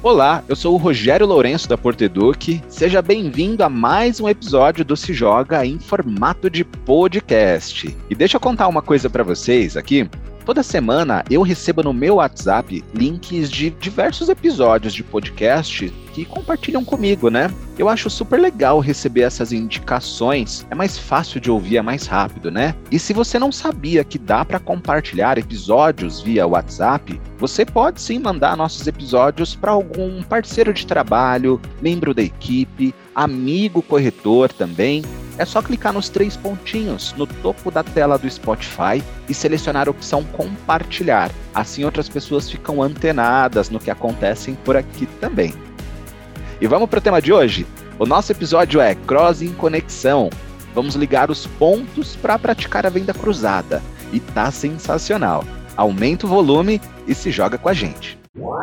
Olá, eu sou o Rogério Lourenço da Porteduc. Seja bem-vindo a mais um episódio do Se Joga em formato de podcast. E deixa eu contar uma coisa para vocês aqui. Toda semana eu recebo no meu WhatsApp links de diversos episódios de podcast que compartilham comigo, né? Eu acho super legal receber essas indicações. É mais fácil de ouvir, é mais rápido, né? E se você não sabia que dá para compartilhar episódios via WhatsApp, você pode sim mandar nossos episódios para algum parceiro de trabalho, membro da equipe, amigo corretor também. É só clicar nos 3 pontinhos no topo da tela do Spotify e selecionar a opção compartilhar. Assim outras pessoas ficam antenadas no que acontecem por aqui também. E vamos para o tema de hoje? O nosso episódio é Cross em Conexão. Vamos ligar os pontos para praticar a venda cruzada. E tá sensacional. Aumenta o volume e se joga com a gente.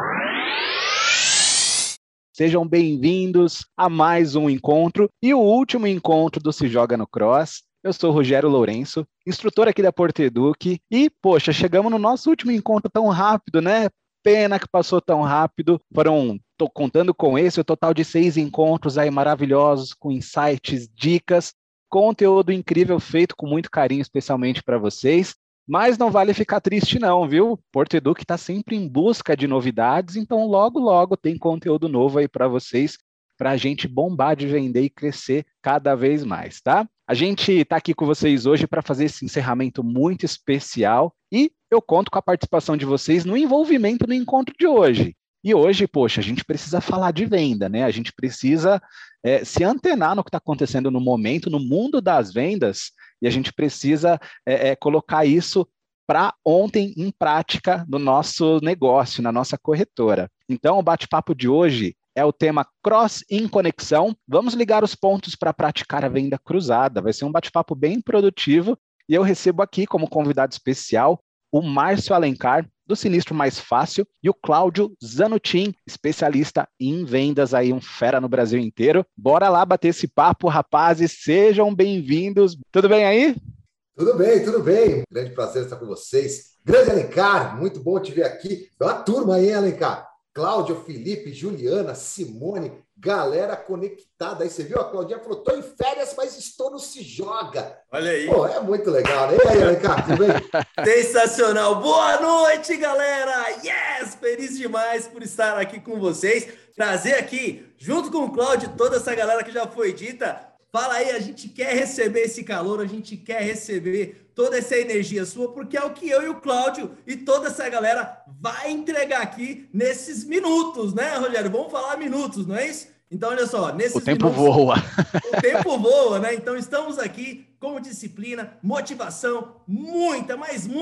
Sejam bem-vindos a mais um encontro e o último encontro do Se Joga no Cross. Eu sou o Rogério Lourenço, instrutor aqui da Porteduc e, poxa, chegamos no nosso último encontro tão rápido, né? Pena que passou tão rápido. Tô contando com esse, o total de 6 encontros aí maravilhosos, com insights, dicas, conteúdo incrível feito com muito carinho, especialmente para vocês. Mas não vale ficar triste não, viu? Porteduc está sempre em busca de novidades, então logo tem conteúdo novo aí para vocês, para a gente bombar de vender e crescer cada vez mais, tá? A gente está aqui com vocês hoje para fazer esse encerramento muito especial e eu conto com a participação de vocês no envolvimento no encontro de hoje. E hoje, poxa, a gente precisa falar de venda, né? A gente precisa se antenar no que está acontecendo no momento, no mundo das vendas, e a gente precisa colocar isso para ontem em prática no nosso negócio, na nossa corretora. Então, o bate-papo de hoje é o tema Cross em Conexão. Vamos ligar os pontos para praticar a venda cruzada. Vai ser um bate-papo bem produtivo e eu recebo aqui como convidado especial o Márcio Alencar, do Sinistro Mais Fácil, e o Cláudio Zanutin, especialista em vendas, aí um fera no Brasil inteiro. Bora lá bater esse papo, rapazes, sejam bem-vindos. Tudo bem aí? Tudo bem. Grande prazer estar com vocês. Grande Alencar, muito bom te ver aqui. É uma turma aí, Alencar. Cláudio, Felipe, Juliana, Simone, galera conectada. Aí você viu? A Claudinha falou, estou em férias, mas estou no Se Joga. Olha aí. Pô, é muito legal, né? E aí, Alencar, tudo bem? Sensacional. Boa noite, galera. Yes! Feliz demais por estar aqui com vocês. Trazer aqui, junto com o Cláudio, toda essa galera que já foi dita. Fala aí, a gente quer receber esse calor, a gente quer receber toda essa energia sua, porque é o que eu e o Cláudio e toda essa galera vai entregar aqui nesses minutos, né, Rogério? Vamos falar minutos, não é isso? Então, olha só, nesses o tempo minutos... voa. O tempo voa, né? Então, estamos aqui com disciplina, motivação, muita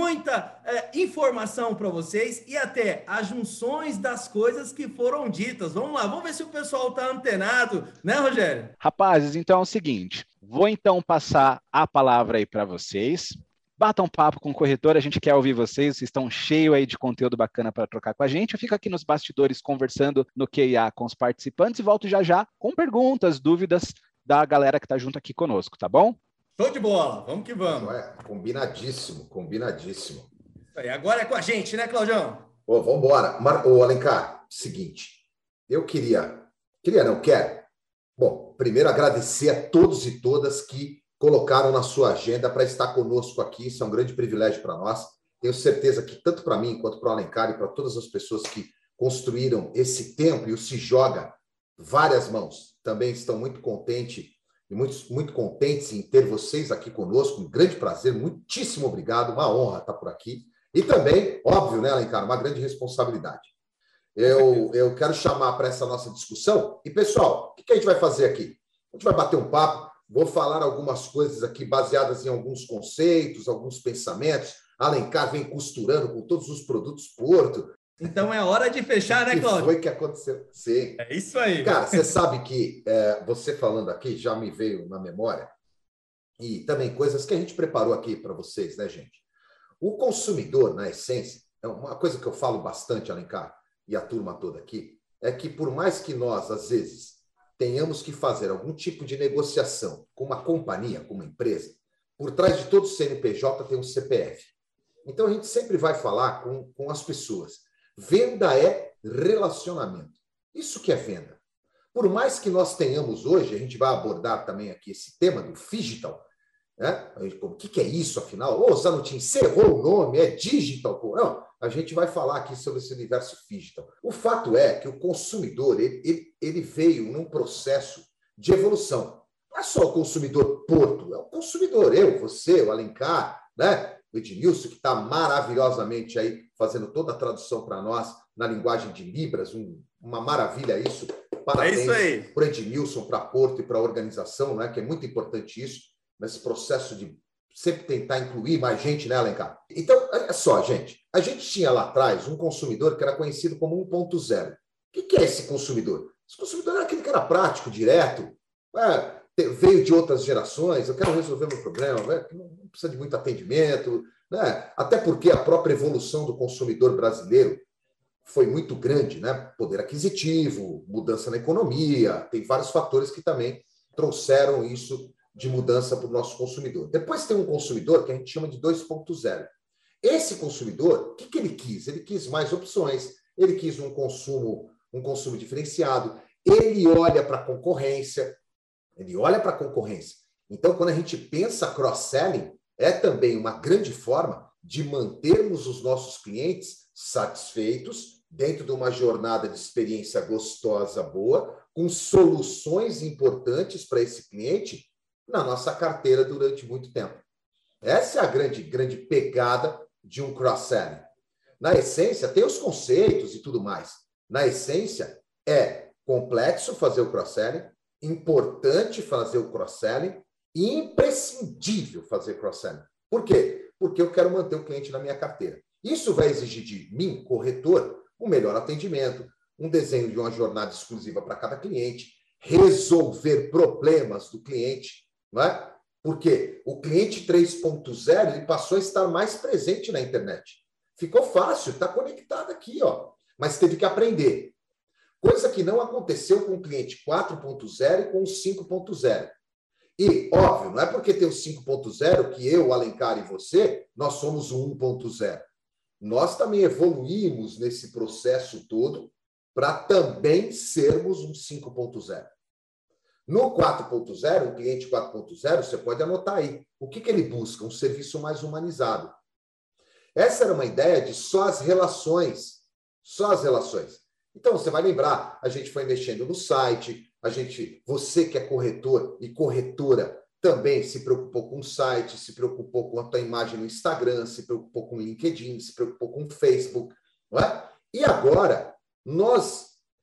informação para vocês e até as junções das coisas que foram ditas. Vamos lá, vamos ver se o pessoal está antenado, né, Rogério? Rapazes, então é o seguinte, vou então passar a palavra aí para vocês. Batam um papo com o corretor, a gente quer ouvir vocês estão cheios aí de conteúdo bacana para trocar com a gente. Eu fico aqui nos bastidores conversando no Q&A com os participantes e volto já com perguntas, dúvidas da galera que está junto aqui conosco, tá bom? Show de bola, vamos que vamos. Combinadíssimo. Aí, agora é com a gente, né, Claudião? Vamos embora. Ô, Alencar, seguinte, eu quero. Bom, primeiro agradecer a todos e todas que colocaram na sua agenda para estar conosco aqui. Isso é um grande privilégio para nós. Tenho certeza que tanto para mim quanto para o Alencar e para todas as pessoas que construíram esse tempo e o Se Joga, várias mãos, também estão muito contentes e muito contentes em ter vocês aqui conosco. Um grande prazer, muitíssimo obrigado, uma honra estar por aqui. E também, óbvio, né, Alencar, uma grande responsabilidade. Eu quero chamar para essa nossa discussão. E, pessoal, o que a gente vai fazer aqui? A gente vai bater um papo. Vou falar algumas coisas aqui baseadas em alguns conceitos, alguns pensamentos. Alencar vem costurando com todos os produtos Porto. Então é hora de fechar, né, Cláudio? O que foi que aconteceu? Sim. É isso aí. Cara, você sabe que você falando aqui já me veio na memória e também coisas que a gente preparou aqui para vocês, né, gente? O consumidor, na essência, é uma coisa que eu falo bastante, Alencar, e a turma toda aqui, é que por mais que nós, às vezes, tenhamos que fazer algum tipo de negociação com uma companhia, com uma empresa, por trás de todo CNPJ tem um CPF. Então, a gente sempre vai falar com as pessoas. Venda é relacionamento. Isso que é venda. Por mais que nós tenhamos hoje, a gente vai abordar também aqui esse tema do digital, né? O que é isso, afinal? Ô, Zanutin, encerrou o nome, é digital. Pô. Não, a gente vai falar aqui sobre esse universo digital. O fato é que o consumidor ele veio num processo de evolução. Não é só o consumidor Porto, é o consumidor, eu, você, o Alencar, né? O Edmilson, que está maravilhosamente aí fazendo toda a tradução para nós na linguagem de Libras, uma maravilha isso. Parabéns para o Edmilson, para Porto e para a organização, né? Que é muito importante isso, nesse processo de sempre tentar incluir mais gente, né, Alencar? Então, olha só, gente. A gente tinha lá atrás um consumidor que era conhecido como 1.0. O que é esse consumidor? Esse consumidor era aquele que era prático, direto, veio de outras gerações, eu quero resolver meu problema, não precisa de muito atendimento, né? Até porque a própria evolução do consumidor brasileiro foi muito grande, né? Poder aquisitivo, mudança na economia, tem vários fatores que também trouxeram isso de mudança para o nosso consumidor. Depois tem um consumidor que a gente chama de 2.0. Esse consumidor, o que ele quis? Ele quis mais opções, ele quis um consumo diferenciado, ele olha para a concorrência, Então, quando a gente pensa cross-selling, é também uma grande forma de mantermos os nossos clientes satisfeitos dentro de uma jornada de experiência gostosa, boa, com soluções importantes para esse cliente na nossa carteira durante muito tempo. Essa é a grande pegada de um cross-selling. Na essência, tem os conceitos e tudo mais. Na essência, é complexo fazer o cross-selling, importante fazer o cross-selling e imprescindível fazer cross-selling. Por quê? Porque eu quero manter o cliente na minha carteira. Isso vai exigir de mim, corretor, um melhor atendimento, um desenho de uma jornada exclusiva para cada cliente, resolver problemas do cliente, não é? Porque o cliente 3.0 ele passou a estar mais presente na internet. Ficou fácil, está conectado aqui, ó, mas teve que aprender. Coisa que não aconteceu com o cliente 4.0 e com o 5.0. E, óbvio, não é porque tem o 5.0 que eu, o Alencar e você, nós somos o 1.0. Nós também evoluímos nesse processo todo para também sermos um 5.0. No 4.0, o cliente 4.0, você pode anotar aí. O que ele busca? Um serviço mais humanizado. Essa era uma ideia de só as relações. Só as relações. Então, você vai lembrar, a gente foi mexendo no site, você que é corretor e corretora também se preocupou com o site, se preocupou com a tua imagem no Instagram, se preocupou com o LinkedIn, se preocupou com o Facebook. Não é? E agora, nós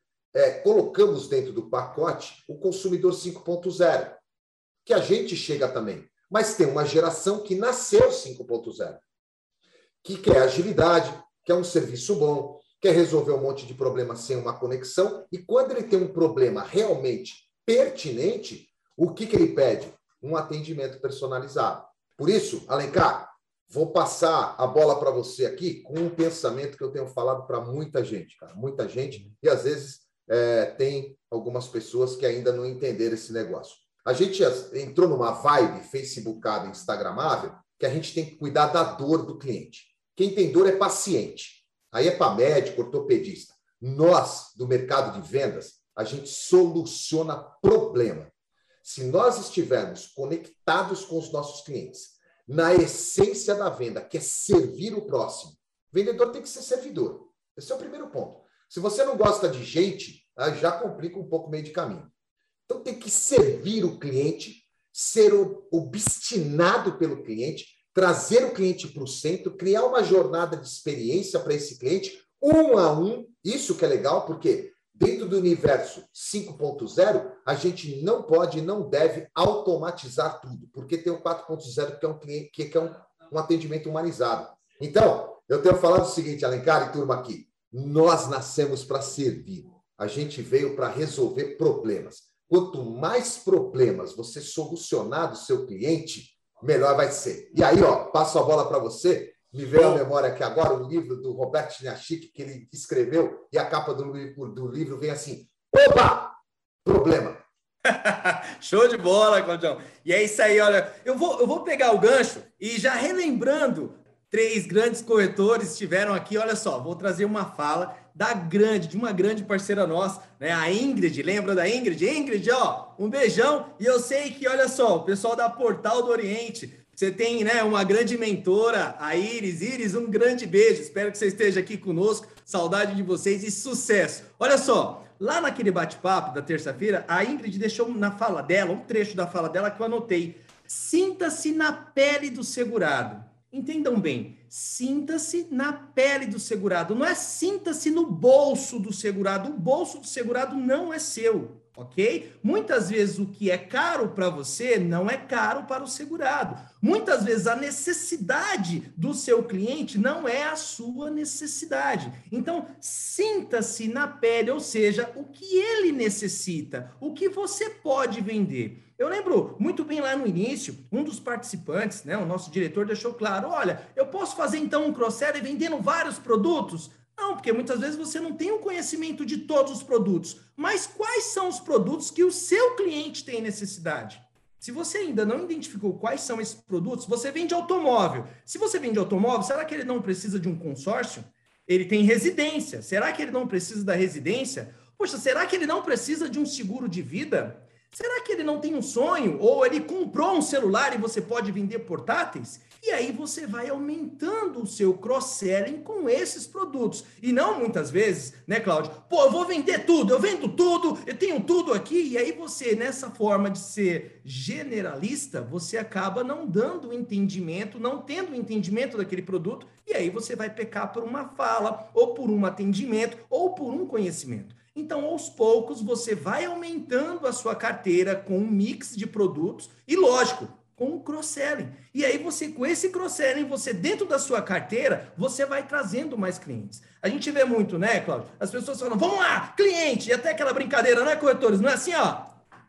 colocamos dentro do pacote o consumidor 5.0, que a gente chega também. Mas tem uma geração que nasceu 5.0, que quer agilidade, quer um serviço bom, quer resolver um monte de problemas sem uma conexão, e quando ele tem um problema realmente pertinente, o que ele pede? Um atendimento personalizado. Por isso, Alencar, vou passar a bola para você aqui com um pensamento que eu tenho falado para muita gente, cara, muita gente, e às vezes tem algumas pessoas que ainda não entenderam esse negócio. A gente entrou numa vibe facebookada, instagramável, que a gente tem que cuidar da dor do cliente. Quem tem dor é paciente. Aí é para médico, ortopedista. Nós, do mercado de vendas, a gente soluciona problema. Se nós estivermos conectados com os nossos clientes, na essência da venda, que é servir o próximo, o vendedor tem que ser servidor. Esse é o primeiro ponto. Se você não gosta de gente, já complica um pouco o meio de caminho. Então tem que servir o cliente, ser obstinado pelo cliente, trazer o cliente para o centro, criar uma jornada de experiência para esse cliente, um a um. Isso que é legal, porque dentro do universo 5.0, a gente não pode e não deve automatizar tudo, porque tem o 4.0, que é um cliente, que é um atendimento humanizado. Então, eu tenho falado o seguinte, Alencar e turma aqui, nós nascemos para servir. A gente veio para resolver problemas. Quanto mais problemas você solucionar do seu cliente, melhor vai ser. E aí, ó, passo a bola para você. Me veio à memória aqui agora o livro do Roberto Chiniachik, que ele escreveu, e a capa do livro vem assim, opa, problema. Show de bola, Claudião. E é isso aí, olha, eu vou pegar o gancho e já relembrando 3 grandes corretores estiveram aqui. Olha só, vou trazer uma fala de uma grande parceira nossa, né? A Ingrid, lembra da Ingrid? Ingrid, ó, um beijão. E eu sei que, olha só, o pessoal da Portal do Oriente, você tem, né, uma grande mentora, a Iris. Iris, um grande beijo. Espero que você esteja aqui conosco. Saudade de vocês e sucesso. Olha só, lá naquele bate-papo da terça-feira, a Ingrid deixou na fala dela, um trecho da fala dela que eu anotei. Sinta-se na pele do segurado. Entendam bem, sinta-se na pele do segurado, não é sinta-se no bolso do segurado. O bolso do segurado não é seu, ok? Muitas vezes o que é caro para você não é caro para o segurado. Muitas vezes a necessidade do seu cliente não é a sua necessidade. Então, sinta-se na pele, ou seja, o que ele necessita, o que você pode vender. Eu lembro muito bem lá no início, um dos participantes, né, o nosso diretor deixou claro, olha, eu posso fazer então um cross-selling vendendo vários produtos? Não, porque muitas vezes você não tem o conhecimento de todos os produtos, mas quais são os produtos que o seu cliente tem necessidade? Se você ainda não identificou quais são esses produtos, você vende automóvel. Se você vende automóvel, será que ele não precisa de um consórcio? Ele tem residência. Será que ele não precisa da residência? Poxa, será que ele não precisa de um seguro de vida? Será que ele não tem um sonho? Ou ele comprou um celular e você pode vender portáteis? E aí você vai aumentando o seu cross-selling com esses produtos. E não muitas vezes, né, Cláudio? Pô, eu vou vender tudo, eu vendo tudo, eu tenho tudo aqui. E aí você, nessa forma de ser generalista, você acaba não dando entendimento, não tendo entendimento daquele produto. E aí você vai pecar por uma fala, ou por um atendimento, ou por um conhecimento. Então, aos poucos, você vai aumentando a sua carteira com um mix de produtos e, lógico, com o cross-selling. E aí, você, com esse cross-selling, você dentro da sua carteira, você vai trazendo mais clientes. A gente vê muito, né, Cláudio? As pessoas falam, vamos lá, cliente! E até aquela brincadeira, né, corretores? Não é assim, ó.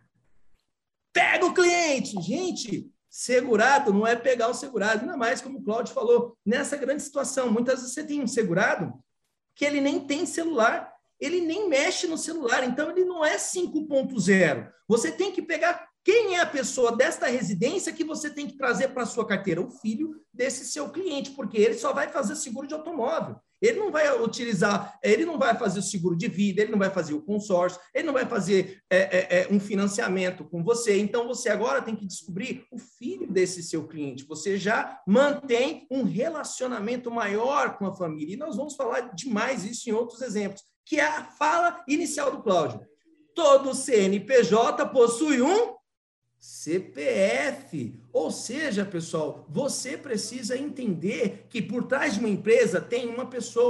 Pega o cliente! Gente, segurado não é pegar o segurado. Ainda mais, como o Cláudio falou, nessa grande situação. Muitas vezes você tem um segurado que ele nem tem celular. Ele nem mexe no celular, então ele não é 5.0. Você tem que pegar quem é a pessoa desta residência que você tem que trazer para a sua carteira, o filho desse seu cliente, porque ele só vai fazer seguro de automóvel. Ele não vai utilizar, ele não vai fazer o seguro de vida, ele não vai fazer o consórcio, ele não vai fazer um financiamento com você. Então, você agora tem que descobrir o filho desse seu cliente. Você já mantém um relacionamento maior com a família. E nós vamos falar demais isso em outros exemplos, que é a fala inicial do Cláudio. Todo CNPJ possui um CPF. Ou seja, pessoal, você precisa entender que por trás de uma empresa tem uma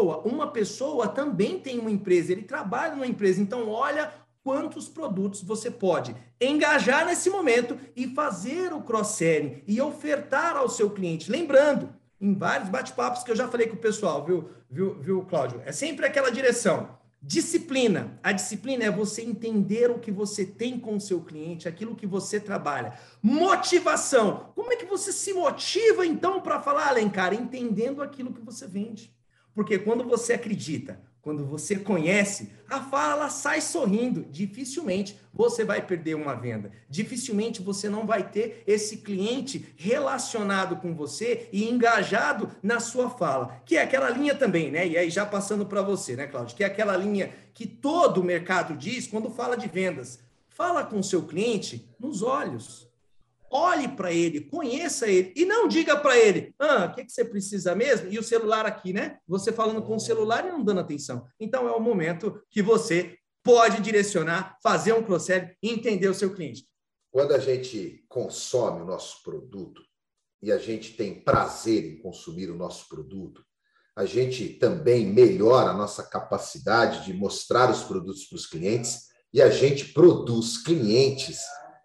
pessoa também tem uma empresa, ele trabalha numa empresa. Então, olha quantos produtos você pode engajar nesse momento e fazer o cross-selling e ofertar ao seu cliente. Lembrando, em vários bate-papos que eu já falei com o pessoal, viu, Cláudio? É sempre aquela direção. Disciplina. A disciplina é você entender o que você tem com o seu cliente, aquilo que você trabalha. Motivação. Como é que você se motiva, então, para falar, Alencar? Entendendo aquilo que você vende. Porque quando você acredita, quando você conhece, a fala sai sorrindo. Dificilmente você vai perder uma venda. Dificilmente você não vai ter esse cliente relacionado com você e engajado na sua fala. Que é aquela linha também, né? E aí já passando para você, né, Cláudio? Que é aquela linha que todo o mercado diz quando fala de vendas. Fala com o seu cliente nos olhos. Olhe para ele, conheça ele e não diga para ele, o que você precisa mesmo? E o celular aqui, né? Você falando com o celular e não dando atenção. Então, é o momento que você pode direcionar, fazer um cross-selling e entender o seu cliente. Quando a gente consome o nosso produto e a gente tem prazer em consumir o nosso produto, a gente também melhora a nossa capacidade de mostrar os produtos para os clientes e a gente produz clientes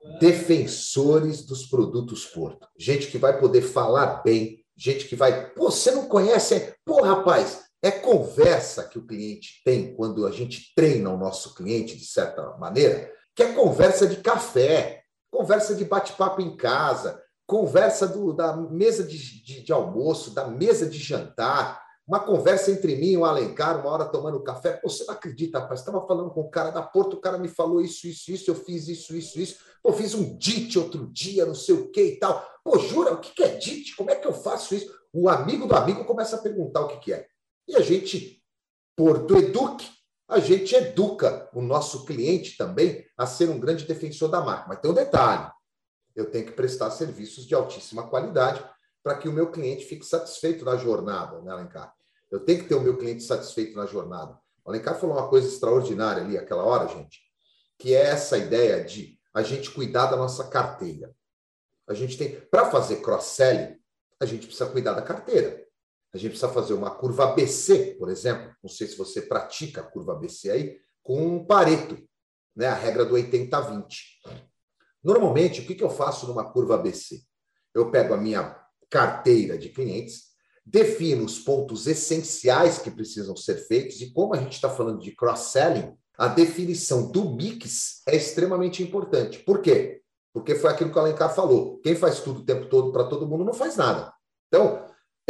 defensores dos produtos Porto. Gente que vai poder falar bem, gente que vai... Pô, você não conhece? Pô, rapaz, é conversa que o cliente tem quando a gente treina o nosso cliente, de certa maneira, que é conversa de café, conversa de bate-papo em casa, conversa da mesa de almoço, da mesa de jantar, uma conversa entre mim e o Alencar, uma hora tomando café. Pô, você não acredita, rapaz, estava falando com o cara da Porto, o cara me falou isso, eu fiz isso. Pô, fiz um DIT outro dia, não sei o que e tal. Pô, jura? O que é DIT? Como é que eu faço isso? o amigo do amigo começa a perguntar o que é. E a gente, Porto Eduque, a gente educa o nosso cliente também a ser um grande defensor da marca. Mas tem um detalhe, eu tenho que prestar serviços de altíssima qualidade para que o meu cliente fique satisfeito na jornada, né, Alencar? Eu tenho que ter o meu cliente satisfeito na jornada. O Alencar falou uma coisa extraordinária ali, aquela hora, gente, que é essa ideia de a gente cuidar da nossa carteira. A gente tem, para fazer cross-selling, a gente precisa cuidar da carteira. A gente precisa fazer uma curva ABC, por exemplo. Não sei se você pratica a curva ABC aí, com um Pareto, né? A regra do 80-20. Normalmente, o que eu faço numa curva ABC? Eu pego a minha carteira de clientes, defino os pontos essenciais que precisam ser feitos, e como a gente está falando de cross-selling, a definição do mix é extremamente importante. Por quê? Porque foi aquilo que o Alencar falou. Quem faz tudo o tempo todo para todo mundo não faz nada. Então,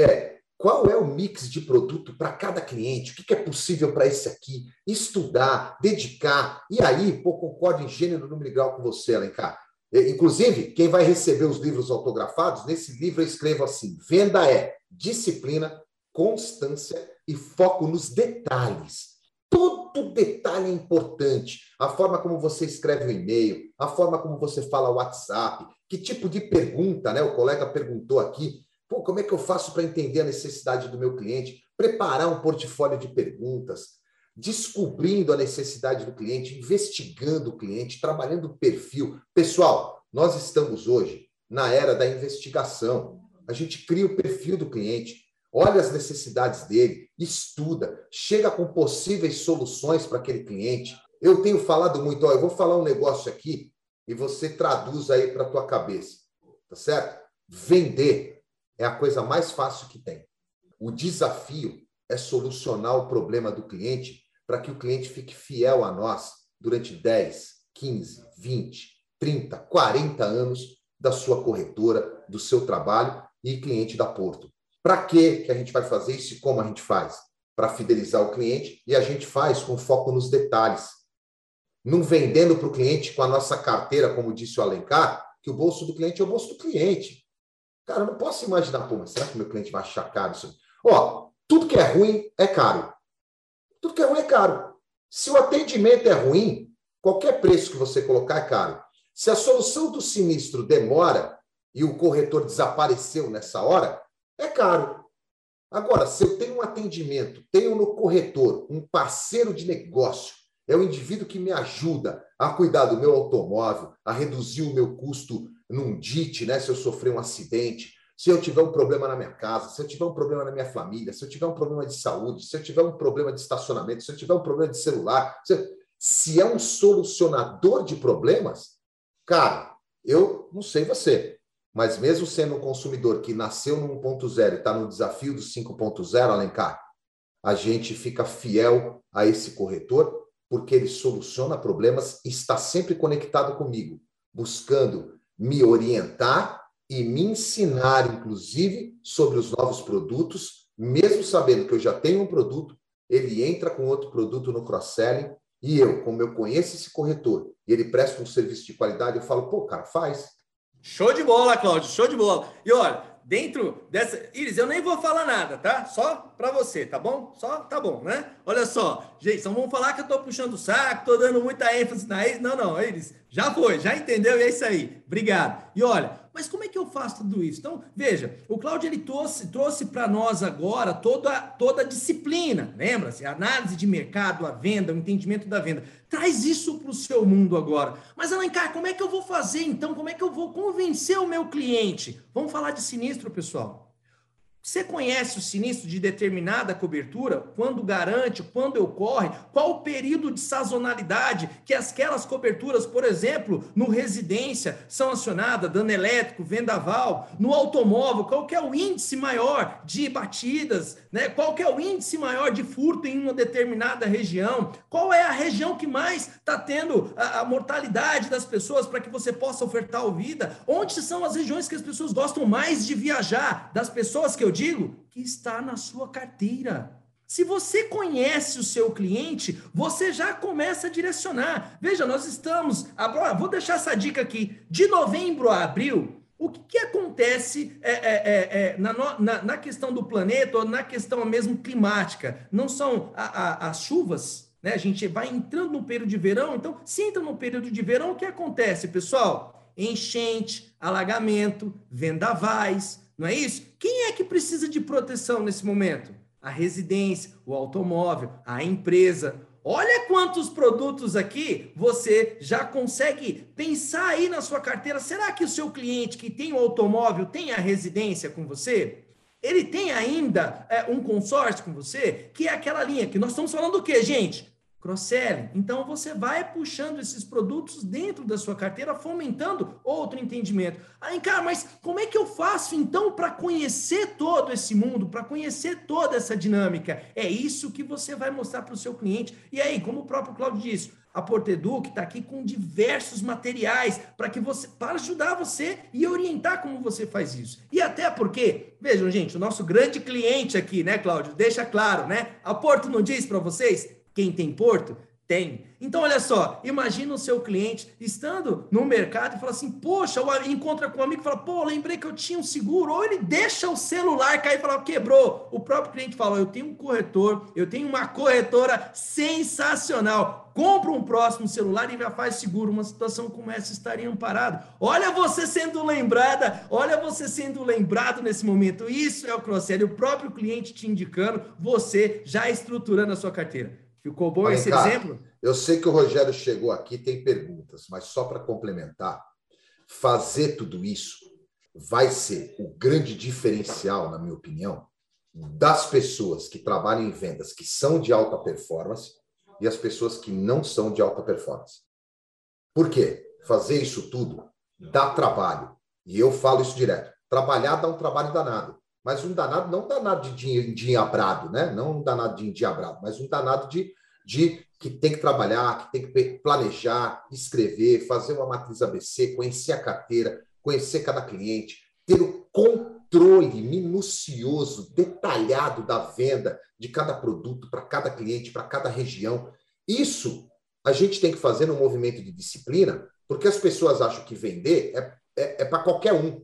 qual é o mix de produto para cada cliente? O que é possível para esse aqui? Estudar, dedicar. E aí, concordo em gênero, número e grau com você, Alencar. Inclusive, quem vai receber os livros autografados, nesse livro eu escrevo assim: venda é disciplina, constância e foco nos detalhes. Todo detalhe é importante. A forma como você escreve o e-mail, a forma como você fala o WhatsApp, que tipo de pergunta, né? O colega perguntou aqui. Como é que eu faço para entender a necessidade do meu cliente? Preparar um portfólio de perguntas, descobrindo a necessidade do cliente, investigando o cliente, trabalhando o perfil. Pessoal, nós estamos hoje na era da investigação. A gente cria o perfil do cliente, olha as necessidades dele, estuda, chega com possíveis soluções para aquele cliente. Eu tenho falado muito, eu vou falar um negócio aqui e você traduz aí para a tua cabeça, tá certo? Vender é a coisa mais fácil que tem. O desafio é solucionar o problema do cliente para que o cliente fique fiel a nós durante 10, 15, 20, 30, 40 anos da sua corretora, do seu trabalho e cliente da Porto. Para que a gente vai fazer isso e como a gente faz? Para fidelizar o cliente, e a gente faz com foco nos detalhes. Não vendendo para o cliente com a nossa carteira, como disse o Alencar, que o bolso do cliente é o bolso do cliente. Cara, eu não posso imaginar, mas será que meu cliente vai achar caro isso? Tudo que é ruim é caro. Tudo que é ruim é caro. Se o atendimento é ruim, qualquer preço que você colocar é caro. Se a solução do sinistro demora e o corretor desapareceu nessa hora, é caro. Agora, se eu tenho um atendimento, tenho no corretor um parceiro de negócio, é o indivíduo que me ajuda a cuidar do meu automóvel, a reduzir o meu custo num DIT, né? Se eu sofrer um acidente, se eu tiver um problema na minha casa, se eu tiver um problema na minha família, se eu tiver um problema de saúde, se eu tiver um problema de estacionamento, se eu tiver um problema de celular, se é um solucionador de problemas, cara, eu não sei você, mas mesmo sendo um consumidor que nasceu no 1.0 e está no desafio do 5.0, Alencar, a gente fica fiel a esse corretor porque ele soluciona problemas e está sempre conectado comigo, buscando me orientar e me ensinar, inclusive, sobre os novos produtos, mesmo sabendo que eu já tenho um produto, ele entra com outro produto no cross-selling, e eu, como eu conheço esse corretor, e ele presta um serviço de qualidade, eu falo, cara, faz. Show de bola, Cláudio, show de bola. E olha, dentro dessa... Iris, eu nem vou falar nada, tá? Só para você, tá bom? Só tá bom, né? Olha só, gente, não vão falar que eu tô puxando o saco, tô dando muita ênfase na Iris. Não, Iris, já foi, já entendeu e é isso aí. Obrigado. E olha, mas como é que eu faço tudo isso? Então, veja, o Cláudio, ele trouxe para nós agora toda a disciplina, lembra-se? A análise de mercado, a venda, o entendimento da venda. Traz isso para o seu mundo agora. Mas, Alencar, como é que eu vou fazer, então? Como é que eu vou convencer o meu cliente? Vamos falar de sinistro, pessoal. Você conhece o sinistro de determinada cobertura? Quando garante, quando ocorre? Qual o período de sazonalidade que aquelas coberturas, por exemplo, no residência, são acionadas, dano elétrico, vendaval, no automóvel, qual que é o índice maior de batidas, né? Qual que é o índice maior de furto em uma determinada região? Qual é a região que mais está tendo a mortalidade das pessoas para que você possa ofertar o vida? Onde são as regiões que as pessoas gostam mais de viajar? Das pessoas que eu digo que está na sua carteira. Se você conhece o seu cliente, você já começa a direcionar. Veja, nós estamos... Vou deixar essa dica aqui. De novembro a abril, o que acontece na questão do planeta ou na questão mesmo climática? Não são as chuvas, né? A gente vai entrando no período de verão, então, se entra no período de verão, o que acontece, pessoal? Enchente, alagamento, vendavais, não é isso? Quem é que precisa de proteção nesse momento? A residência, o automóvel, a empresa. Olha quantos produtos aqui você já consegue pensar aí na sua carteira. Será que o seu cliente que tem o automóvel tem a residência com você? Ele tem ainda um consórcio com você? Que é aquela linha que nós estamos falando do quê, gente? Cross-selling. Então, você vai puxando esses produtos dentro da sua carteira, fomentando outro entendimento. Alencar, mas como é que eu faço, então, para conhecer todo esse mundo, para conhecer toda essa dinâmica? É isso que você vai mostrar para o seu cliente. E aí, como o próprio Cláudio disse, a Porteduc está aqui com diversos materiais para ajudar você e orientar como você faz isso. E até porque, vejam, gente, o nosso grande cliente aqui, né, Cláudio? Deixa claro, né? A Porto não diz para vocês... Quem tem porto? Tem. Então, olha só, imagina o seu cliente estando no mercado e fala assim, poxa, encontra com um amigo e fala, pô, lembrei que eu tinha um seguro, ou ele deixa o celular cair e fala, quebrou. O próprio cliente fala, eu tenho um corretor, eu tenho uma corretora sensacional, compra um próximo celular e já faz seguro. Uma situação como essa estaria amparado. Olha você sendo lembrada, olha você sendo lembrado nesse momento. Isso é o cross-sell, o próprio cliente te indicando, você já estruturando a sua carteira. Ficou bom esse exemplo? Eu sei que o Rogério chegou aqui, tem perguntas, mas só para complementar, fazer tudo isso vai ser o grande diferencial, na minha opinião, das pessoas que trabalham em vendas que são de alta performance e as pessoas que não são de alta performance. Por quê? Fazer isso tudo dá trabalho. E eu falo isso direto. Trabalhar dá um trabalho danado. Mas um danado, não um danado de endiabrado, né? Não um danado de endiabrado, mas um danado de que tem que trabalhar, que tem que planejar, escrever, fazer uma matriz ABC, conhecer a carteira, conhecer cada cliente, ter o controle minucioso, detalhado da venda de cada produto para cada cliente, para cada região. Isso a gente tem que fazer num movimento de disciplina, porque as pessoas acham que vender é para qualquer um.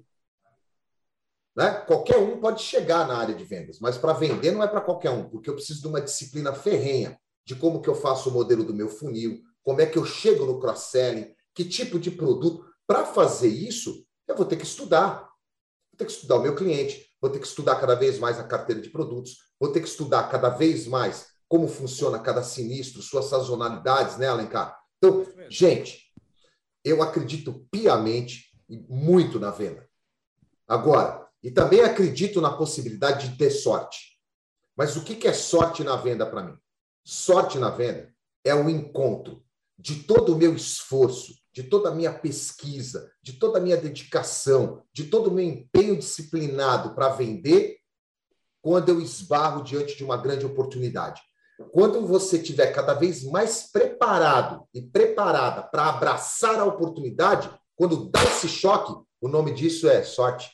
Né? Qualquer um pode chegar na área de vendas, mas para vender não é para qualquer um, porque eu preciso de uma disciplina ferrenha de como que eu faço o modelo do meu funil, como é que eu chego no cross-selling, que tipo de produto. Para fazer isso, eu vou ter que estudar. Vou ter que estudar o meu cliente, vou ter que estudar cada vez mais a carteira de produtos, vou ter que estudar cada vez mais como funciona cada sinistro, suas sazonalidades, né, Alencar? Então, gente, eu acredito piamente e muito na venda. Agora, e também acredito na possibilidade de ter sorte. Mas o que é sorte na venda para mim? Sorte na venda é o encontro de todo o meu esforço, de toda a minha pesquisa, de toda a minha dedicação, de todo o meu empenho disciplinado para vender, quando eu esbarro diante de uma grande oportunidade. Quando você estiver cada vez mais preparado e preparada para abraçar a oportunidade, quando dá esse choque, o nome disso é sorte.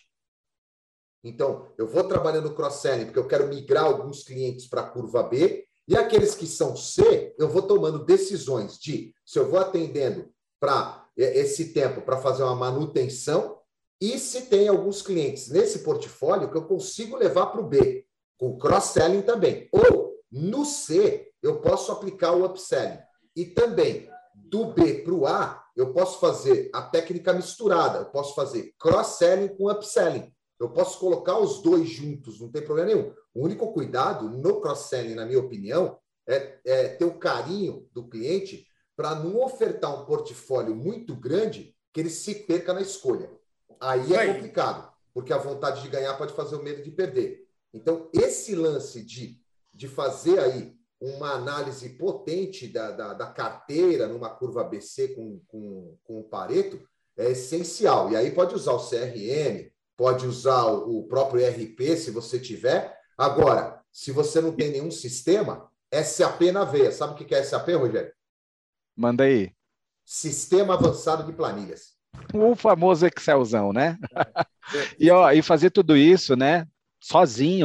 Então, eu vou trabalhando no cross-selling porque eu quero migrar alguns clientes para a curva B, e aqueles que são C, eu vou tomando decisões de se eu vou atendendo para esse tempo para fazer uma manutenção, e se tem alguns clientes nesse portfólio que eu consigo levar para o B, com cross-selling também. Ou, no C, eu posso aplicar o upselling. E também, do B para o A, eu posso fazer a técnica misturada, eu posso fazer cross-selling com upselling. Eu posso colocar os dois juntos, não tem problema nenhum. O único cuidado no cross-selling, na minha opinião, é ter o carinho do cliente para não ofertar um portfólio muito grande que ele se perca na escolha. Aí é complicado, porque a vontade de ganhar pode fazer o medo de perder. Então, esse lance de fazer aí uma análise potente da carteira numa curva ABC com o Pareto é essencial. E aí pode usar o CRM, pode usar o próprio ERP, se você tiver. Agora, se você não tem nenhum sistema, SAP na veia. Sabe o que é SAP, Rogério? Manda aí. Sistema Avançado de Planilhas. O famoso Excelzão, né? E fazer tudo isso, né, sozinho,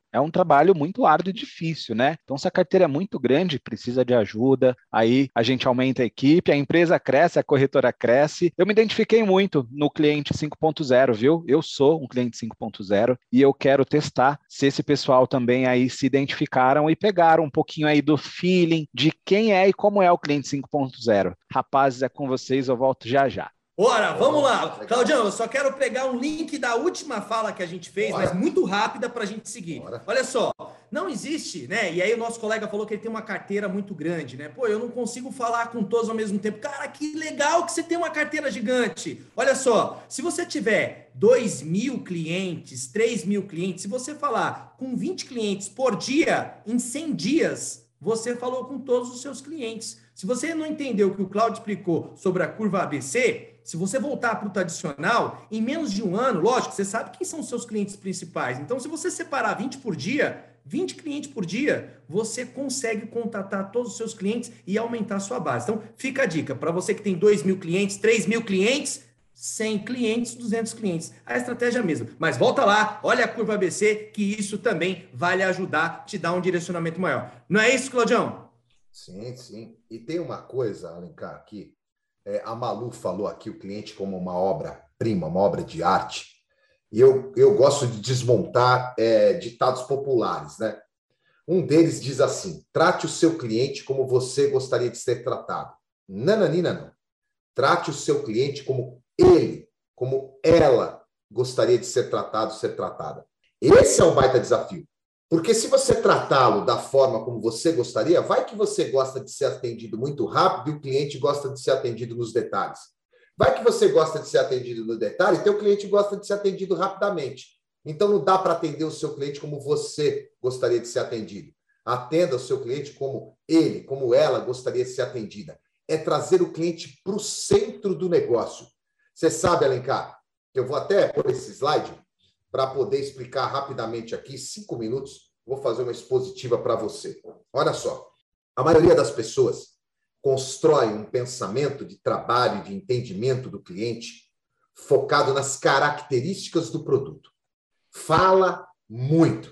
é um trabalho muito árduo e difícil, né? Então, se a carteira é muito grande, precisa de ajuda, aí a gente aumenta a equipe, a empresa cresce, a corretora cresce. Eu me identifiquei muito no cliente 5.0, viu? Eu sou um cliente 5.0 e eu quero testar se esse pessoal também aí se identificaram e pegaram um pouquinho aí do feeling de quem é e como é o cliente 5.0. Rapazes, é com vocês, eu volto já já. Bora, vamos lá. Claudião, eu só quero pegar um link da última fala que a gente fez, mas muito rápida para a gente seguir. Olha só, não existe, né? E aí o nosso colega falou que ele tem uma carteira muito grande, né? Pô, eu não consigo falar com todos ao mesmo tempo. Cara, que legal que você tem uma carteira gigante. Olha só, se você tiver 2.000 clientes, 3.000 clientes, se você falar com 20 clientes por dia, em 100 dias, você falou com todos os seus clientes. Se você não entendeu o que o Cláudio explicou sobre a curva ABC, se você voltar para o tradicional, em menos de um ano, lógico, você sabe quem são os seus clientes principais. Então, se você separar 20 por dia, 20 clientes por dia, você consegue contatar todos os seus clientes e aumentar a sua base. Então, fica a dica. Para você que tem 2.000 clientes, 3.000 clientes, 100 clientes, 200 clientes. A estratégia é a mesma. Mas volta lá, olha a curva ABC, que isso também vai lhe ajudar, te dar um direcionamento maior. Não é isso, Claudião? Sim, sim. E tem uma coisa, Alencar, aqui. A Malu falou aqui o cliente como uma obra-prima, uma obra de arte. E eu gosto de desmontar ditados populares, né? Um deles diz assim: trate o seu cliente como você gostaria de ser tratado. Nananina, não. Trate o seu cliente como ele, como ela gostaria de ser tratado, ser tratada. Esse é um baita desafio. Porque se você tratá-lo da forma como você gostaria, vai que você gosta de ser atendido muito rápido e o cliente gosta de ser atendido nos detalhes. Vai que você gosta de ser atendido no detalhe e teu cliente gosta de ser atendido rapidamente. Então não dá para atender o seu cliente como você gostaria de ser atendido. Atenda o seu cliente como ele, como ela gostaria de ser atendida. É trazer o cliente para o centro do negócio. Você sabe, Alencar, que eu vou até pôr esse slide para poder explicar rapidamente aqui, 5 minutos, vou fazer uma expositiva para você. Olha só, a maioria das pessoas constrói um pensamento de trabalho, de entendimento do cliente, focado nas características do produto. Fala muito.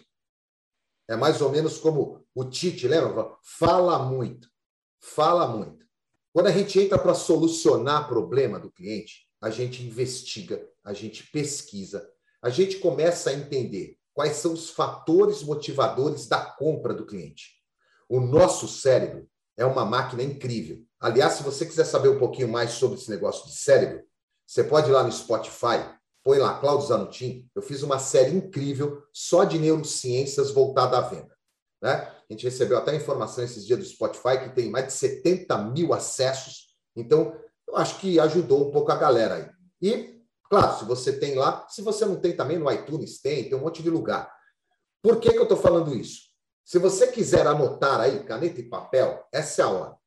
É mais ou menos como o Tite, lembra? Fala muito. Fala muito. Quando a gente entra para solucionar problema do cliente, a gente investiga, a gente pesquisa, a gente começa a entender quais são os fatores motivadores da compra do cliente. O nosso cérebro é uma máquina incrível. Aliás, se você quiser saber um pouquinho mais sobre esse negócio de cérebro, você pode ir lá no Spotify, põe lá, Cláudio Zanutin. Eu fiz uma série incrível só de neurociências voltada à venda. Né? A gente recebeu até informação esses dias do Spotify que tem mais de 70 mil acessos. Então, eu acho que ajudou um pouco a galera aí. E, claro, se você tem lá, se você não tem também no iTunes, tem um monte de lugar. Por que eu estou falando isso? Se você quiser anotar aí, caneta e papel, essa é a hora.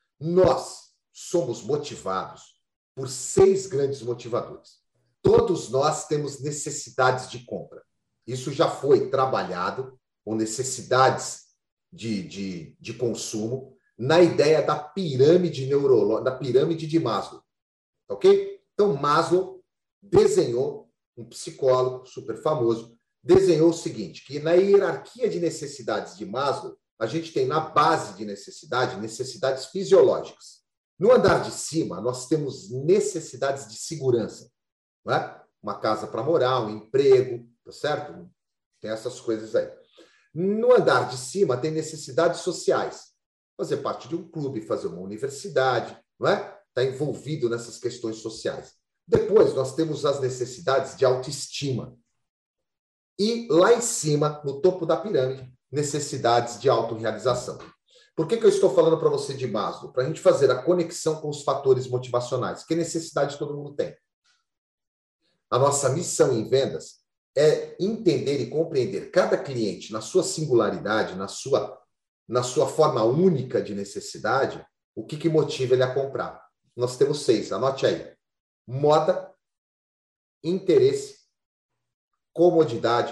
Nós somos motivados por 6 grandes motivadores. Todos nós temos necessidades de compra. Isso já foi trabalhado com necessidades de consumo na ideia da pirâmide neurológica, da pirâmide de Maslow. Ok? Então, Maslow desenhou, um psicólogo super famoso, desenhou o seguinte, que na hierarquia de necessidades de Maslow, a gente tem na base de necessidade, necessidades fisiológicas. No andar de cima, nós temos necessidades de segurança. Não é? Uma casa para morar, um emprego, tá certo? Tem essas coisas aí. No andar de cima, tem necessidades sociais. Fazer parte de um clube, fazer uma universidade, não é? Está envolvido nessas questões sociais. Depois, nós temos as necessidades de autoestima. E lá em cima, no topo da pirâmide, necessidades de autorrealização. Por que eu estou falando para você de Maslow? Para a gente fazer a conexão com os fatores motivacionais. Que necessidade todo mundo tem? A nossa missão em vendas é entender e compreender cada cliente na sua singularidade, na sua forma única de necessidade, o que motiva ele a comprar. Nós temos 6, anote aí. Moda, interesse, comodidade,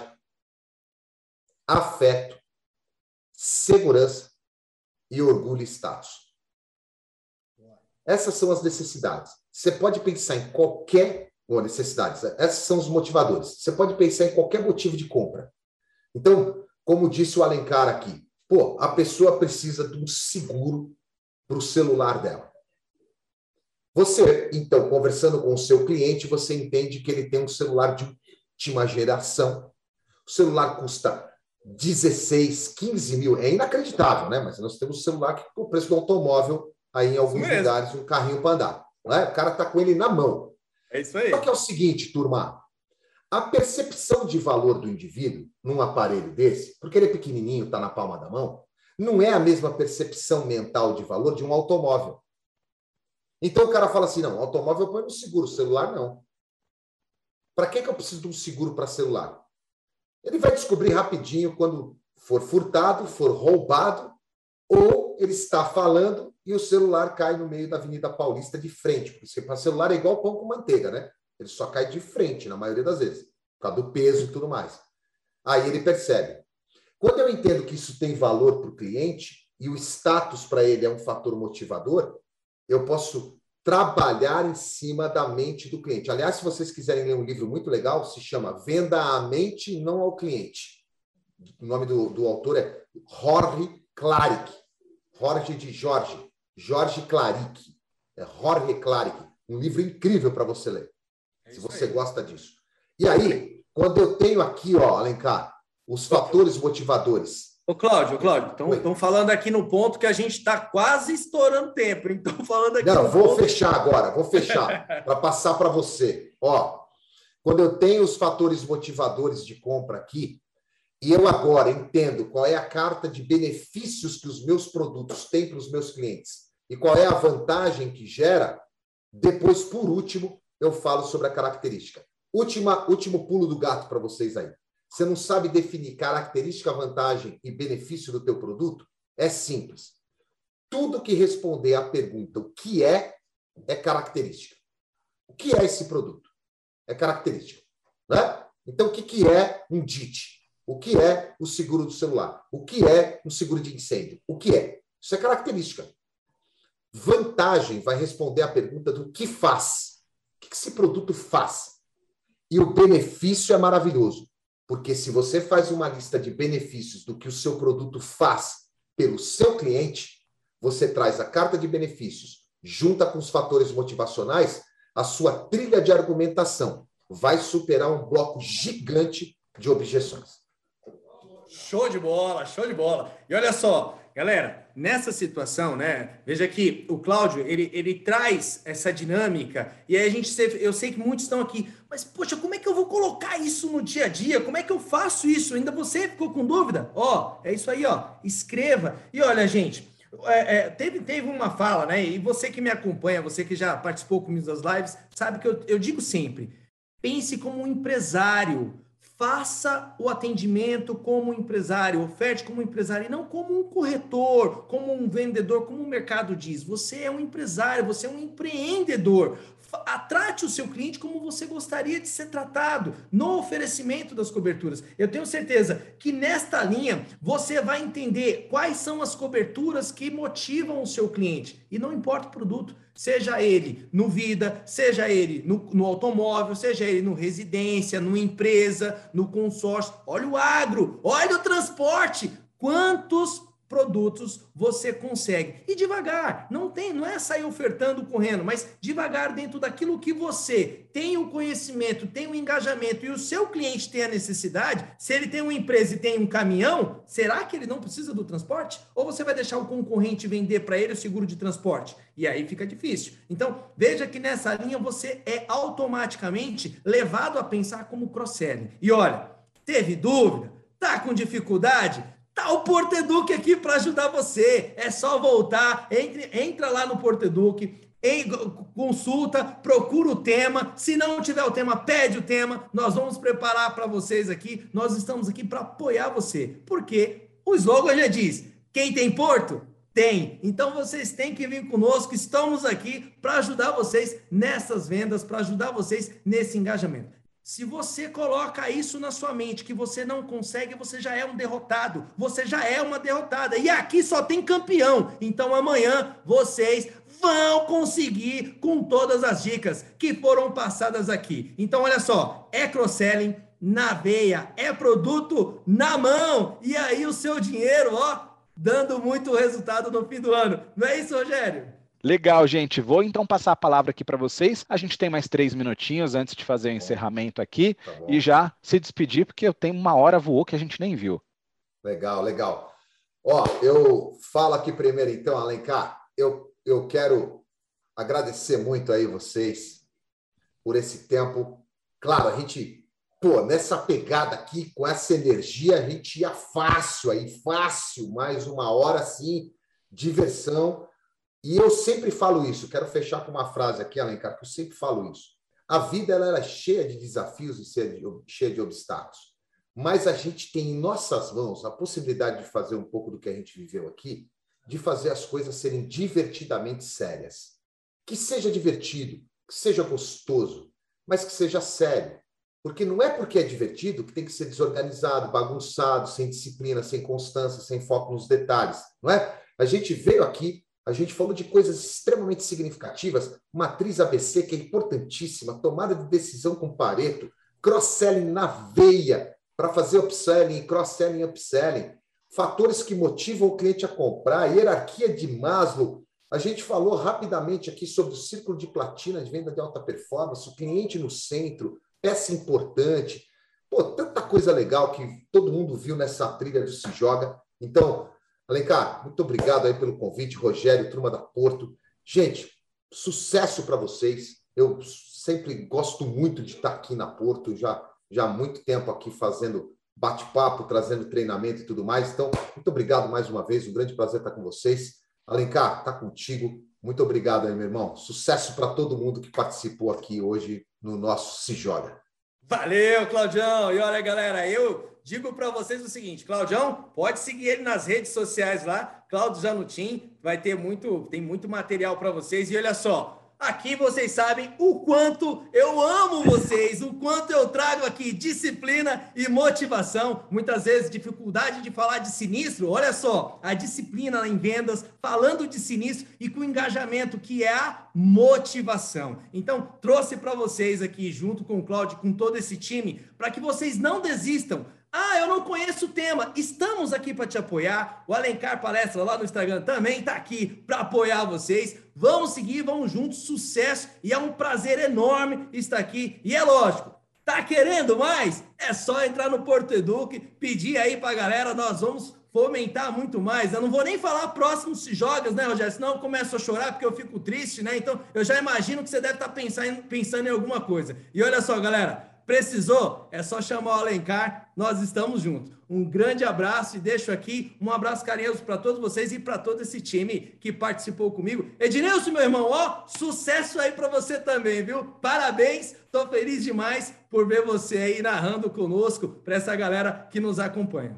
afeto, segurança e orgulho e status. Essas são as necessidades. Você pode pensar em qualquer necessidades. Esses são os motivadores. Você pode pensar em qualquer motivo de compra. Então, como disse o Alencar aqui, pô, a pessoa precisa de um seguro para o celular dela. Você, então, conversando com o seu cliente, você entende que ele tem um celular de última geração. O celular custa 16, 15 mil. É inacreditável, né? Mas nós temos um celular que com o preço do automóvel aí em alguns lugares, um carrinho para andar. Não é? O cara está com ele na mão. É isso aí. Só que é o seguinte, turma. A percepção de valor do indivíduo num aparelho desse, porque ele é pequenininho, está na palma da mão, não é a mesma percepção mental de valor de um automóvel. Então o cara fala assim, não, automóvel eu ponho no seguro, celular não. Para que eu preciso de um seguro para celular? Ele vai descobrir rapidinho quando for furtado, for roubado, ou ele está falando e o celular cai no meio da Avenida Paulista de frente, porque para celular é igual pão com manteiga, né? Ele só cai de frente, na maioria das vezes, por causa do peso e tudo mais. Aí ele percebe. Quando eu entendo que isso tem valor para o cliente e o status para ele é um fator motivador, eu posso trabalhar em cima da mente do cliente. Aliás, se vocês quiserem ler um livro muito legal, se chama Venda à Mente, Não ao Cliente. O nome do autor é Jorge Clarick. Jorge de Jorge. Jorge Clarick. É Jorge Clarick. Um livro incrível para você ler, se você gosta disso. E aí, quando eu tenho aqui, ó, Alencar, os fatores motivadores. Ô, Cláudio, estão falando aqui no ponto que a gente está quase estourando tempo. Então, falando aqui. Não, vou fechar agora, para passar para você. Ó, quando eu tenho os fatores motivadores de compra aqui, e eu agora entendo qual é a carta de benefícios que os meus produtos têm para os meus clientes e qual é a vantagem que gera, depois, por último, eu falo sobre a característica. Último pulo do gato para vocês aí. Você não sabe definir característica, vantagem e benefício do teu produto? É simples. Tudo que responder à pergunta o que é característica. O que é esse produto? É característica. Né? Então, o que é um DIT? O que é o seguro do celular? O que é um seguro de incêndio? O que é? Isso é característica. Vantagem vai responder à pergunta do que faz. O que esse produto faz? E o benefício é maravilhoso. Porque se você faz uma lista de benefícios do que o seu produto faz pelo seu cliente, você traz a carta de benefícios, junta com os fatores motivacionais, a sua trilha de argumentação vai superar um bloco gigante de objeções. Show de bola, show de bola. E olha só, galera, nessa situação, né? Veja que o Cláudio, ele traz essa dinâmica e aí eu sei que muitos estão aqui, mas poxa, como é que eu vou colocar isso no dia a dia? Como é que eu faço isso? Ainda você ficou com dúvida? Ó, é isso aí, ó, escreva. E olha, gente, teve uma fala, né? E você que me acompanha, você que já participou comigo das lives, sabe que eu digo sempre, pense como um empresário. Faça o atendimento como um empresário, oferte como um empresário e não como um corretor, como um vendedor, como o mercado diz. Você é um empresário, você é um empreendedor. Trate o seu cliente como você gostaria de ser tratado no oferecimento das coberturas. Eu tenho certeza que nesta linha você vai entender quais são as coberturas que motivam o seu cliente. E não importa o produto, seja ele no vida, seja ele no automóvel, seja ele no residência, no empresa, no consórcio. Olha o agro, olha o transporte. Quantos produtos você consegue? E devagar, não é sair ofertando, correndo, mas devagar dentro daquilo que você tem o conhecimento, tem o engajamento e o seu cliente tem a necessidade. Se ele tem uma empresa e tem um caminhão, será que ele não precisa do transporte? Ou você vai deixar o concorrente vender para ele o seguro de transporte? E aí fica difícil. Então, veja que nessa linha você é automaticamente levado a pensar como cross-selling. E olha, teve dúvida? Tá com dificuldade? Tá o Porteduc aqui para ajudar você. É só voltar, entra lá no Porteduc, consulta, procura o tema. Se não tiver o tema, pede o tema. Nós vamos preparar para vocês aqui. Nós estamos aqui para apoiar você. Porque o slogan já diz, quem tem Porto, tem. Então vocês têm que vir conosco. Estamos aqui para ajudar vocês nessas vendas, para ajudar vocês nesse engajamento. Se você coloca isso na sua mente, que você não consegue, você já é um derrotado, você já é uma derrotada. E aqui só tem campeão. Então amanhã vocês vão conseguir com todas as dicas que foram passadas aqui. Então olha só, é cross-selling, na veia, é produto na mão. E aí o seu dinheiro, dando muito resultado no fim do ano. Não é isso, Rogério? Legal, gente. Vou então passar a palavra aqui para vocês. A gente tem mais 3 minutinhos antes de fazer o encerramento aqui e já se despedir, porque eu tenho 1 hora voou que a gente nem viu. Legal. Eu falo aqui primeiro então, Alencar. Eu quero agradecer muito aí vocês por esse tempo. Claro, a gente, nessa pegada aqui, com essa energia, a gente ia fácil, mais 1 hora, assim, diversão. E eu sempre falo isso, quero fechar com uma frase aqui, Alencar, que eu sempre falo isso. A vida ela é cheia de desafios e cheia de obstáculos, mas a gente tem em nossas mãos a possibilidade de fazer um pouco do que a gente viveu aqui, de fazer as coisas serem divertidamente sérias. Que seja divertido, que seja gostoso, mas que seja sério. Porque não é porque é divertido que tem que ser desorganizado, bagunçado, sem disciplina, sem constância, sem foco nos detalhes, não é? A gente veio aqui, a gente falou de coisas extremamente significativas, matriz ABC, que é importantíssima, tomada de decisão com Pareto, cross-selling na veia, para fazer upselling, cross-selling, upselling, fatores que motivam o cliente a comprar, hierarquia de Maslow. A gente falou rapidamente aqui sobre o círculo de platina de venda de alta performance, o cliente no centro, peça importante. Tanta coisa legal que todo mundo viu nessa trilha do Se Joga. Então, Alencar, muito obrigado aí pelo convite, Rogério, turma da Porto. Gente, sucesso para vocês. Eu sempre gosto muito de estar aqui na Porto, já há muito tempo aqui fazendo bate-papo, trazendo treinamento e tudo mais. Então, muito obrigado mais uma vez, um grande prazer estar com vocês. Alencar, está contigo. Muito obrigado aí, meu irmão. Sucesso para todo mundo que participou aqui hoje no nosso Se Joga. Valeu, Claudião. E olha, galera, eu digo para vocês o seguinte, Claudião, pode seguir ele nas redes sociais lá, Cláudio Zanutin, tem muito material para vocês. E olha só, aqui vocês sabem o quanto eu amo vocês, o quanto eu trago aqui disciplina e motivação, muitas vezes dificuldade de falar de sinistro. Olha só, a disciplina em vendas, falando de sinistro e com engajamento, que é a motivação. Então, trouxe para vocês aqui, junto com o Cláudio, com todo esse time, para que vocês não desistam. Eu não conheço o tema. Estamos aqui para te apoiar. O Alencar Palestra lá no Instagram também está aqui para apoiar vocês. Vamos seguir, vamos juntos, sucesso. E é um prazer enorme estar aqui. E é lógico, tá querendo mais? É só entrar no Porto Eduque, pedir aí para a galera, nós vamos fomentar muito mais. Eu não vou nem falar próximos Se Jogas, né, Rogério? Senão eu começo a chorar porque eu fico triste, né? Então, eu já imagino que você deve estar pensando em alguma coisa. E olha só, galera, precisou? É só chamar o Alencar, nós estamos juntos. Um grande abraço e deixo aqui um abraço carinhoso para todos vocês e para todo esse time que participou comigo. Ednilson, meu irmão, sucesso aí para você também, viu? Parabéns, tô feliz demais por ver você aí narrando conosco para essa galera que nos acompanha.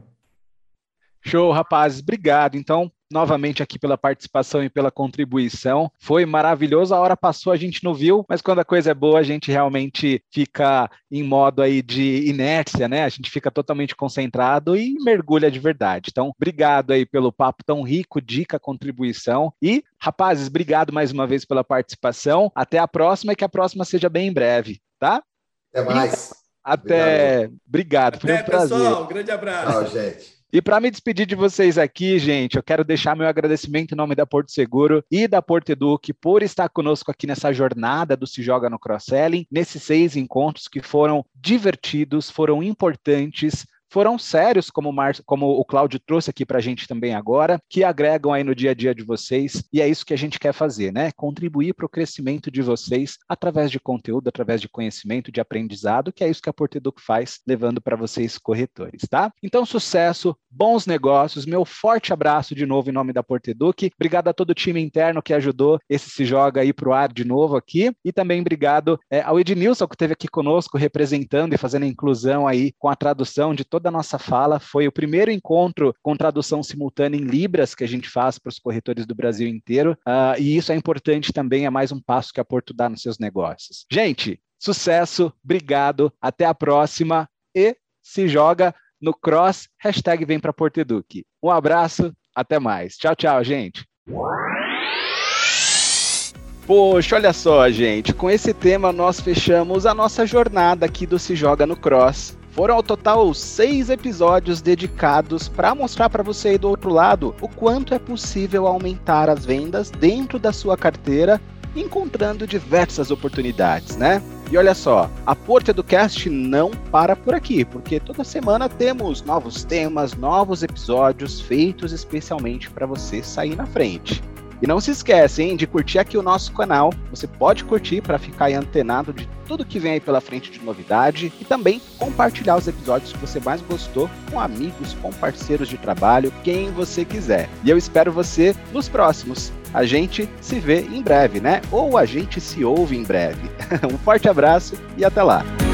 Show, rapazes, obrigado. Então, novamente aqui pela participação e pela contribuição. Foi maravilhoso, a hora passou, a gente não viu, mas quando a coisa é boa, a gente realmente fica em modo aí de inércia, né? A gente fica totalmente concentrado e mergulha de verdade. Então, obrigado aí pelo papo tão rico, dica, contribuição. E, rapazes, obrigado mais uma vez pela participação. Até a próxima e que a próxima seja bem em breve, tá? Até mais. Obrigado. Foi um prazer. Pessoal, um grande abraço. Tchau, gente. E para me despedir de vocês aqui, gente, eu quero deixar meu agradecimento em nome da Porto Seguro e da Porto Eduque por estar conosco aqui nessa jornada do Se Joga no Cross-Selling, nesses 6 encontros que foram divertidos, foram importantes, foram sérios, como o Cláudio trouxe aqui para a gente também agora, que agregam aí no dia a dia de vocês, e é isso que a gente quer fazer, né? Contribuir para o crescimento de vocês através de conteúdo, através de conhecimento, de aprendizado, que é isso que a Porto Eduque faz, levando para vocês corretores, tá? Então, sucesso, bons negócios, meu forte abraço de novo em nome da Porto Eduque, obrigado a todo o time interno que ajudou esse Se Joga aí para o ar de novo aqui, e também obrigado ao Ednilson, que esteve aqui conosco, representando e fazendo a inclusão aí com a tradução de toda a nossa fala. Foi o primeiro encontro com tradução simultânea em Libras que a gente faz para os corretores do Brasil inteiro, e isso é importante também, é mais um passo que a Porto dá nos seus negócios. Gente, sucesso, obrigado, até a próxima e se joga no Cross, #vem pra Porto Eduque. Um abraço, até mais. Tchau, tchau, gente. Poxa, olha só, gente, com esse tema nós fechamos a nossa jornada aqui do Se Joga no Cross. Foram ao total 6 episódios dedicados para mostrar para você aí do outro lado o quanto é possível aumentar as vendas dentro da sua carteira, encontrando diversas oportunidades, né? E olha só, a Porto Educast não para por aqui, porque toda semana temos novos temas, novos episódios feitos especialmente para você sair na frente. E não se esquece, hein, de curtir aqui o nosso canal. Você pode curtir para ficar aí antenado de tudo que vem aí pela frente de novidade e também compartilhar os episódios que você mais gostou com amigos, com parceiros de trabalho, quem você quiser. E eu espero você nos próximos. A gente se vê em breve, né? Ou a gente se ouve em breve. Um forte abraço e até lá!